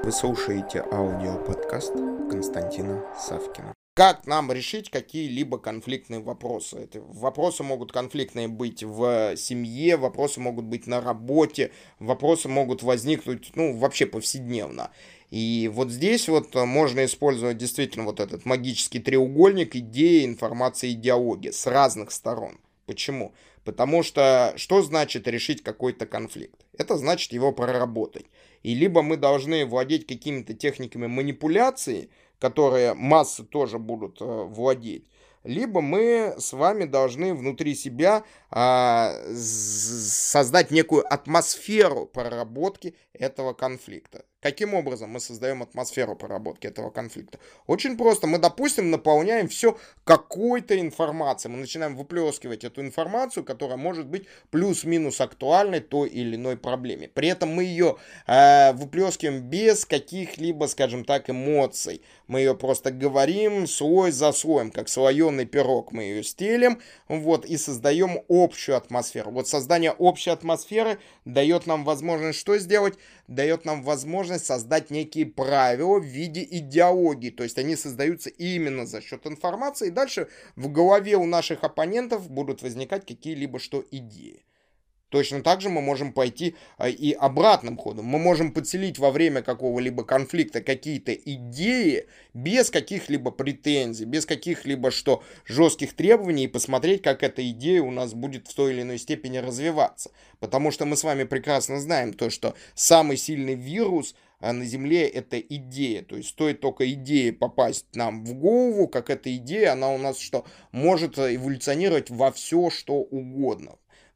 Вы слушаете аудиоподкаст Константина Савкина. Как нам решить какие-либо конфликтные вопросы? Вопросы могут конфликтные быть в семье, вопросы могут быть на работе, вопросы могут возникнуть, вообще повседневно. И вот здесь можно использовать действительно этот магический треугольник идеи, информации, идеологии с разных сторон. Почему? Потому что что значит решить какой-то конфликт? Это значит его проработать. И либо мы должны владеть какими-то техниками манипуляции, которые массы тоже будут владеть, либо мы с вами должны внутри себя создать некую атмосферу проработки этого конфликта. Каким образом мы создаем атмосферу проработки этого конфликта? Очень просто. Мы, допустим, наполняем все какой-то информацией. Мы начинаем выплескивать эту информацию, которая может быть плюс-минус актуальной той или иной проблеме. При этом мы ее выплескиваем без каких-либо, скажем так, эмоций. Мы ее просто говорим слой за слоем, как слоеный пирог. Мы ее стелим, и создаем общую атмосферу. Создание общей атмосферы дает нам возможность что сделать? Дает нам возможность создать некие правила в виде идеологии. То есть они создаются именно за счет информации. И дальше в голове у наших оппонентов будут возникать какие-либо идеи. Точно так же мы можем пойти и обратным ходом. Мы можем подселить во время какого-либо конфликта какие-то идеи без каких-либо претензий, без каких-либо жестких требований и посмотреть, как эта идея у нас будет в той или иной степени развиваться. Потому что мы с вами прекрасно знаем то, что самый сильный вирус на Земле — это идея. То есть стоит только идее попасть нам в голову, как эта идея, она у нас может эволюционировать во все, что угодно.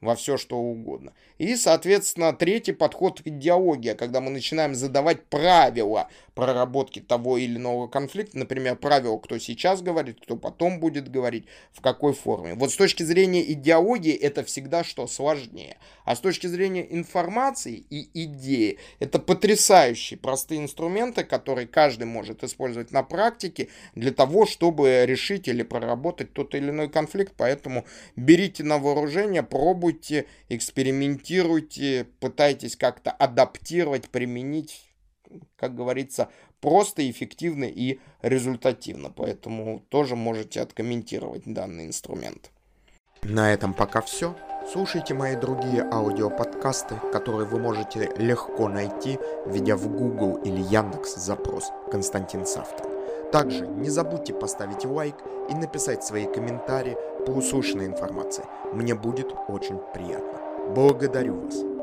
И, соответственно, третий подход — идеология, когда мы начинаем задавать правила проработки того или иного конфликта, например, правила, кто сейчас говорит, кто потом будет говорить, в какой форме. С точки зрения идеологии это всегда сложнее. А с точки зрения информации и идеи, это потрясающие простые инструменты, которые каждый может использовать на практике для того, чтобы решить или проработать тот или иной конфликт. Поэтому берите на вооружение, пробуйте, экспериментируйте, пытайтесь как-то адаптировать, применить, как говорится, просто, эффективно и результативно. Поэтому тоже можете откомментировать данный инструмент. На этом пока все. Слушайте мои другие аудиоподкасты, которые вы можете легко найти, введя в Google или Яндекс запрос «Константин Савкин». Также не забудьте поставить лайк и написать свои комментарии по услышанной информации. Мне будет очень приятно. Благодарю вас.